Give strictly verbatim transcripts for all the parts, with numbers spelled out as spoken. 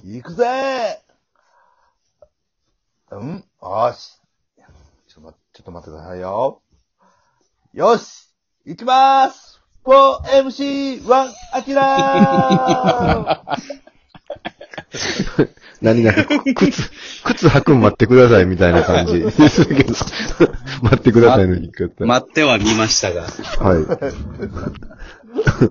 行くぜー。うん、よし。ちょっと待って、ちょっと待ってくださいよ。よし行きまーす !フォーエムシーワン アキラー何々、靴、靴履くん待ってくださいみたいな感じですけど、待ってくださいの言い方。 待っては見ましたが。 はい。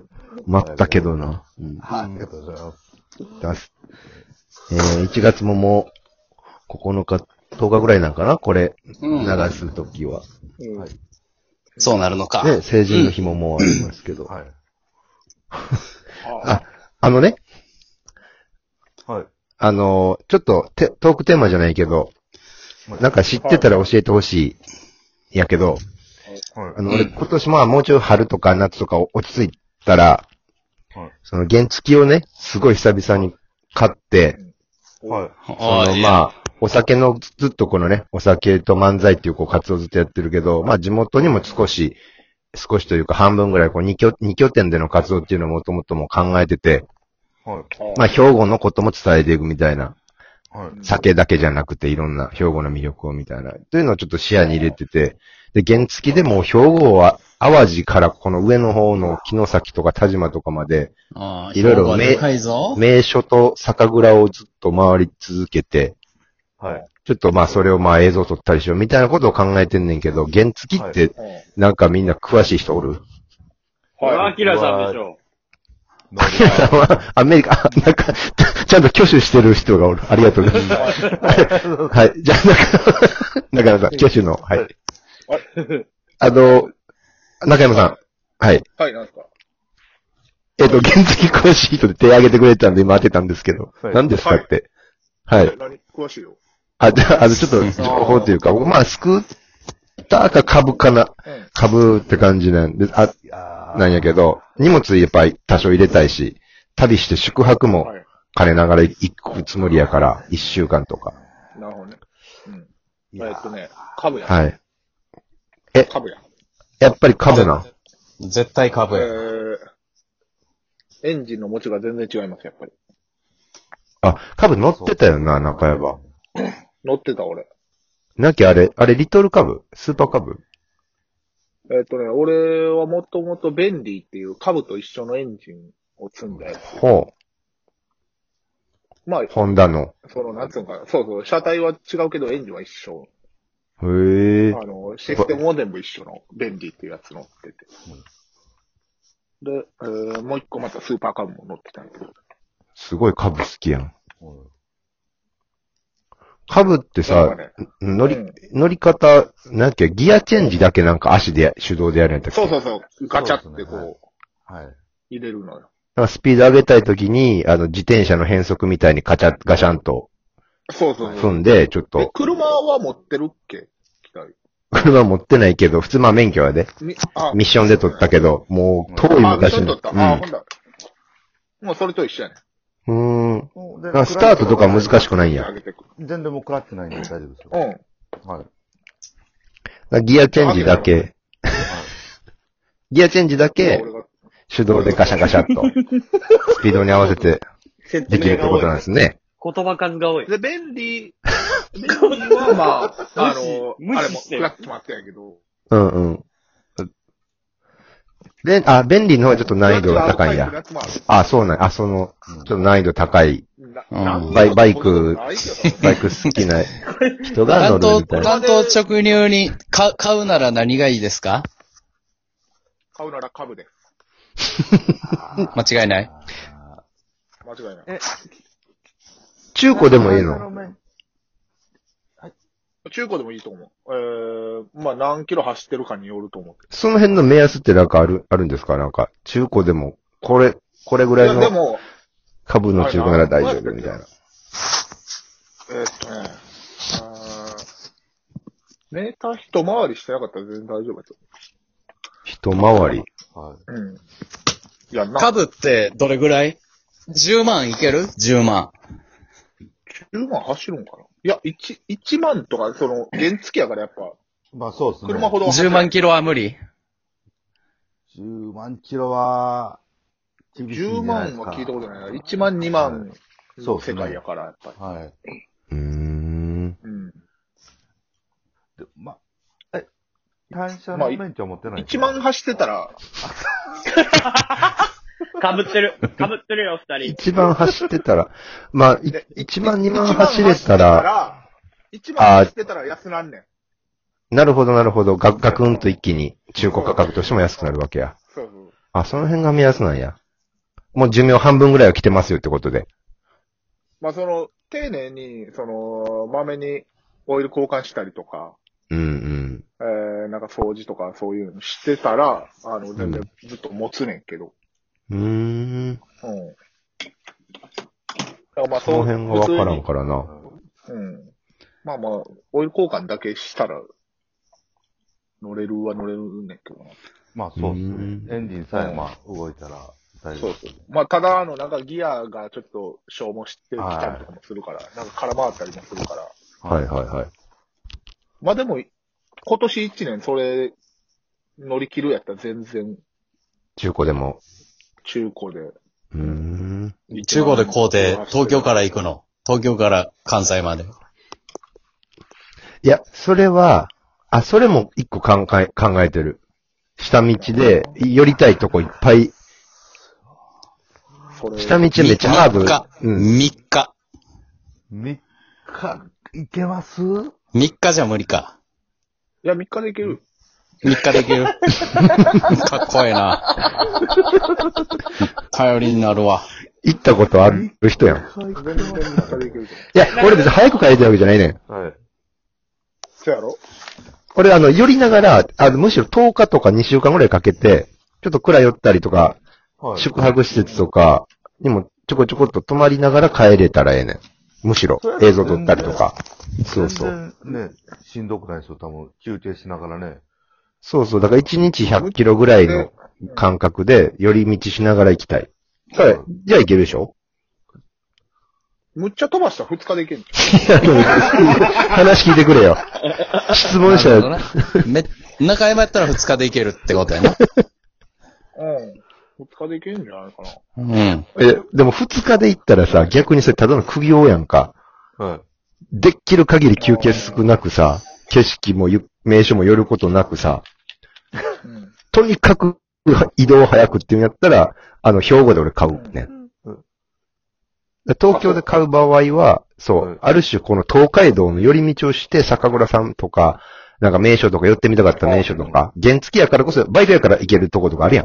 待ったけどな。 うん、はい、ありがとうございます。 えー、いちがつももう、ここのか、とおかぐらいなんかなこれ、流すときは、 うん。はい。そうなるのか。 ね、成人の日ももうありますけど。 はい。 あ、あのね。 はい。 あの、ちょっとトークテーマじゃないけど、なんか知ってたら教えてほしい。やけど、はい、あの、俺今年まあもうちょい春とか夏とか落ち着いたら、はい、その原付をね、すごい久々に買って、はい。そのまあ、お酒のずっとこのね、お酒と漫才っていうこう活動をずっとやってるけど、まあ地元にも少し、少しというか半分ぐらいこう二拠、二拠点での活動っていうのをもともとも考えてて、はい。まあ兵庫のことも伝えていくみたいな。はい。酒だけじゃなくていろんな兵庫の魅力をみたいな。というのをちょっと視野に入れてて、で、原付でも兵庫は淡路からこの上の方の木崎とか田島とかまで、いろいろ名、名所と酒蔵をずっと回り続けて、はい。ちょっとまあそれをまあ映像撮ったりしようみたいなことを考えてんねんけど、原付ってなんかみんな詳しい人おる？ はい。アキラさんでしょ。 アキラさんはアメリカ、なんか、ちゃんと挙手してる人がおる。ありがとうございます。はい。じゃあ、中山さん、挙手の、はい。あの、中山さん。はい。 はい、なんですか。 えっと、原付詳しい人で手挙げてくれたんで今当てたんですけど、何ですかって。はい。 何詳しいよ。 あ、じゃあ、あの、ちょっと情報というか、まあ、スクーターか株かな。株って感じなんで、あ、なんやけど、荷物やっぱり多少入れたいし、旅して宿泊も兼ねながら行くつもりやから、一週間とか。 なるほどね。うん。えっとね、株や。 はい。え、 株や。 やっぱり株な。 絶対株や。 えー、エンジンの持ちが全然違います、やっぱり。 あ、株乗ってたよな、中山。 乗ってた、俺。 なきゃあれ、あれ、リトル株？スーパー株？ えっとね、俺はもともとベンリーっていう株と一緒のエンジンを積んだやつ。 ほう。まあ、 ホンダの。 その、なんつうのかな。そうそう、車体は違うけどエンジンは一緒。 へえ。 あの、システムモデルも一緒のベンリーっていうやつ乗ってて。で、えー、もう一個またスーパー株も乗ってたんだけど。 すごい株好きやん。株ってさ、ね、乗り、うん、乗り方、なんかギアチェンジだけなんか足で、手動でやるんやったっけ？ そうそうそう。ガチャってこう、はい。入れるのよ。 スピード上げたいときに、あの、自転車の変速みたいにカチャ、ガシャンと。 そうそう踏んで、ちょっと。 車は持ってるっけ？機械。 車持ってないけど、普通まあ免許はね。ミッションで取ったけど、もう遠い昔の。 あ、ミッション取った。うん、あ、ほんだ。もうそれと一緒やね。 うーん。スタートとか難しくないんや。 全然もうクラッチないんで大丈夫ですよ。うん。 はい。ギアチェンジだけ。ギアチェンジだけ、手動でガシャガシャっと、スピードに合わせて、できるってことなんですね。 言葉数が多い。 で、便利、便利は、まあ、あの、あれも、クラッチもあったんやけど。 うんうん。で、あ、便利の方はちょっと難易度が高いんや。あ、そうなん、あ、その、ちょっと難易度高い。うん、バイバイク、バイク好きな人が乗るみたいな。 単刀直入に、か、買うなら何がいいですか？ 買うなら株です。 間違いない？ 間違いない。 え、中古でもいいの？ 中古でもいいと思う。えー、まあ何キロ走ってるかによると思う。 その辺の目安ってなんかある、あるんですか？なんか、中古でも、これ、これぐらいの株の中古なら大丈夫みたいな。 えー、っとね、メーター一回りしてなかったら全然大丈夫だと思う。 一回り。 はい。うん。いや、な。 株ってどれぐらい？ じゅう 万いける？ じゅう 万。 じゅうまん走るんかないや、1、1万とか、その、原付やからやっぱ。 まあそうですね。 車ほど。 じゅうまんキロは無理？ じゅうまんキロは、 じゅうまんは聞いたことないな。いちまん、にまんそうですね世界やから、やっぱり。 はい。 うーん。 うん。 でま、え、単車の免許持ってないんです 1 か万走ってたら、 かぶってる。かぶってるよ、二人。 一番走ってたら、まあ、いで一万二万一走れたら、 一万走ってたら安なんねん。 なるほどなるほど、ガガクンと一気に中古価格としても安くなるわけや。 そうそう。 あ、その辺が目安なんや。もう寿命半分ぐらいは来てますよってことで。 まあ、その、丁寧に、その、まめにオイル交換したりとか、 うんうん。 えー、なんか掃除とかそういうのしてたら、あの、全然ずっと持つねんけど。 うーん。 うん。だからまあ、 その辺がわからんからな。 普通にうん。まあまあ、オイル交換だけしたら、乗れるは乗れるねんけどな。 まあそうですうんね。エンジンさえまあ動いたら大丈夫です。 そうそう。まあ、ただ、あの、なんかギアがちょっと消耗してきたりとかもするから、なんか空回ったりもするから。 はいはいはい。 まあでも、今年一年それ乗り切るやったら全然中古でも。 中古で。 うーん。 中古で買うて、東京から行くの。東京から関西まで。 いや、それは、あ、それも一個考え、考えてる。下道で、寄りたいとこいっぱい。 それ下道めっちゃハード。 みっか。 うん。 みっか。 みっか、いけますみっかじゃ無理か。 いや、みっかでいける。 みっかできる。かっこええな。頼りになるわ。 行ったことある人やん。 全然みっかでいける。 いや、俺別に早く帰りたいわけじゃないねん。 はい。 そうやろ俺あの、寄りながら、あの、むしろとおかとかにしゅうかんぐらいかけて、ちょっと蔵寄ったりとか、 はい。 宿泊施設とかにもちょこちょこっと泊まりながら帰れたらええねん。むしろ映像撮ったりとか。そうそう。 全然ね、しんどくないですよ、多分。休憩しながらね。 そうそう。だからいちにちひゃくキロぐらいの間隔で寄り道しながら行きたい。はい。じゃあ行けるでしょむっちゃ飛ばしたらふつかでいけんの。 話聞いてくれよ。質問者、 なるほどなめ、中山やったらふつかで行けるってことやな。 うん。ふつかでいけんじゃないかな。 うん。 え、でもふつかで行ったらさ、逆にそれただの苦行やんか。 はい。 できる限り休憩少なくさ、景色もゆ名所も寄ることなくさ、 うん。 とにかく移動早くっていうんやったら、あの、兵庫で俺買うね。東京で買う場合は、そはい、 うある種この東海道の寄り道をして酒蔵さんとか、なんか名所とか寄ってみたかった名所とか、原付やからこそ、バイクやから行けるとことかあるやん。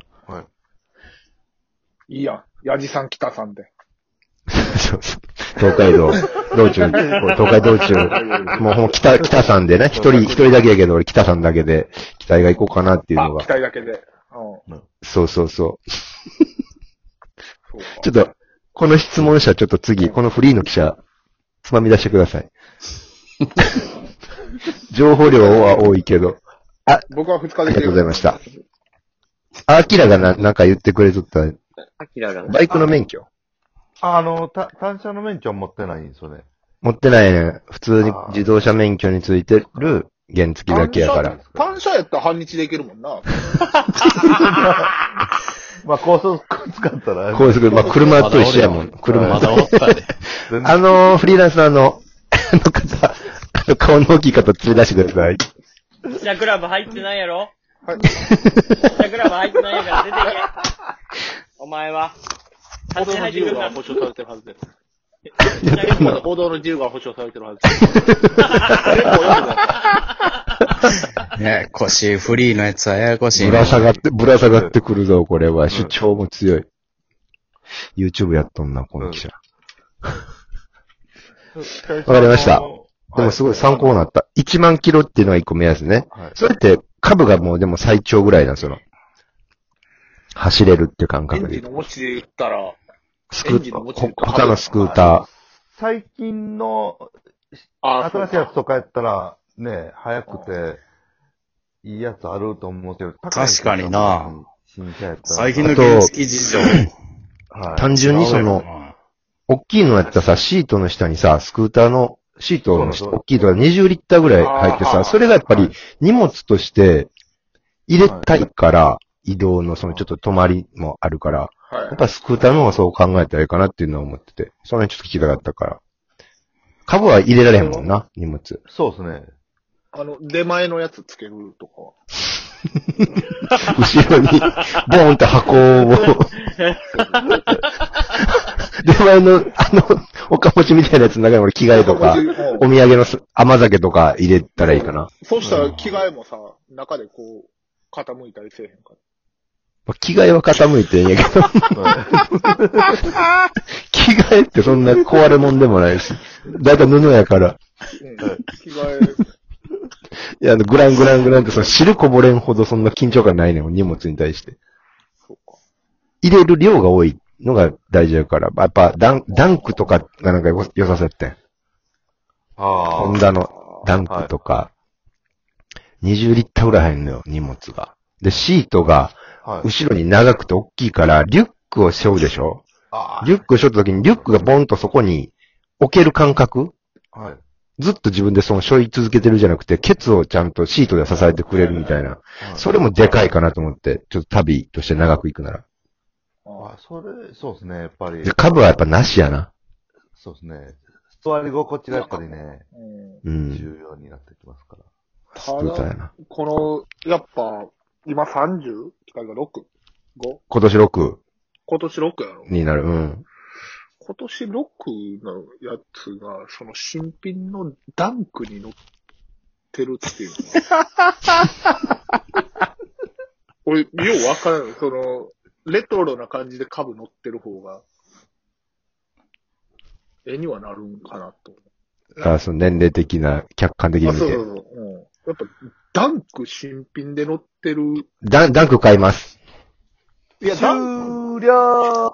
いいやん。やじさん北さんで。 そうそう東海道、道中、東海道中、もうほん北、北さんでね、一人、一人だけやけど俺北さんだけで、北井が行こうかなっていうあの、が期。待だけで。うん。 そうそうそう。 そうか。 ちょっと、この質問者ちょっと次、このフリーの記者、つまみ出してください。情報量は多いけど。 僕はふつかありがでいける。 とうございました。アキラがな、なんか言ってくれとった、 アキラがね。 バイクの免許あの、た、単車の免許は持ってないんですよね。 持ってないね。普通に自動車免許についてる原付だけやから。 単車やったら半日でいけるもんな。 まあ、高速使ったら。 高速、まあ、車と一緒やもん。車。 まだおったで。 全然あのー、フリーランスのあの、あの方、あの顔の大きい方連れ出してください。 記者クラブ入ってないやろはい。 記者クラブ入ってないやから出てけ。お前は。 報道の自由が保障されてるはずです。まだ報道の自由が保障されてるはずです。結構読んでください。 ややこしい。フリーのやつはややこしい。 ぶら下がって、ぶら下がってくるぞ、これは。主張も強い。YouTube やっとんな、この記者。わかりました。でもすごい参考になった。いちまんキロっていうのがいっこ目安ね。 はい。 それって株がもうでも最長ぐらいなんですよ。走れるっていう感エ覚でンジン。の持ちで言ったら、 スクエンジンの持ーター、 ちで言ったら他のスクータ最近のあ新しいやつとかやったら、ね、早くて、いいやつあると思うけど、高い確かにな。 新車やったら。 最近の原付事情。 はいー。単純にその、大きいのやったらさ、シートの下にさ、スクーターのシートの下、大きいとかにじゅうリッターぐらい入ってさ、 あーそれがやっぱり荷物として入れたいから、移動のそのちょっと泊まりもあるから、 はい。 やっぱスクーターの方がそう考えたらいいかなっていうのは思ってて。その辺ちょっと聞きたかったから。株は入れられへんもんな、荷物。 そうですね。 あの、出前のやつつけるとかは。 後ろに、ボーンって箱を、出前の、あの、おかもちみたいなやつの中に俺着替えとか、お土産のす甘酒とか入れたらいいかな。 そうしたら着替えもさ、中でこう、傾いたりせえへんか。 着替えは傾いてんやけど。着替えってそんな壊れもんでもないし。だいたい布やから。 うん。着替え。 いや、あの、グラングラングランってその汁こぼれんほどそんな緊張感ないねん、荷物に対して。 そうか。 入れる量が多いのが大事だから。やっぱダン、ダンクとかがなんかよ良さそうやったん。 ああ。 ホンダのダンクとか、にじゅうリッターぐらい入るのよ、荷物が。で、シートが、後ろに長くて大きいから、リュックを背負うでしょ。リュックを背負った時に、リュックがボンとそこに置ける感覚、はい、ずっと自分でその背負い続けてるじゃなくて、ケツをちゃんとシートで支えてくれるみたいな。はい、それもでかいかなと思って、ちょっと旅として長く行くなら。 ああ、それ、そうですね、やっぱり。 で、株はやっぱなしやな。 そうですね。座り心地がやっぱりね、 うん、 重要になってきますから。 スクーターやな。 この、やっぱ、今 さんじゅう? 機械が ろく? ご? 今年ろく。 今年ろくやろになる、うん。今年ろくのやつが、その新品のダンクに乗ってるっていうのは。俺、ようわからん。その、レトロな感じで株乗ってる方が、絵にはなるんかなと。 ああ、その年齢的な、客観的に見て。 そうそうそう。うん、やっぱ、ダンク新品で乗ってる。 ダン、ダンク買います。 いや、終了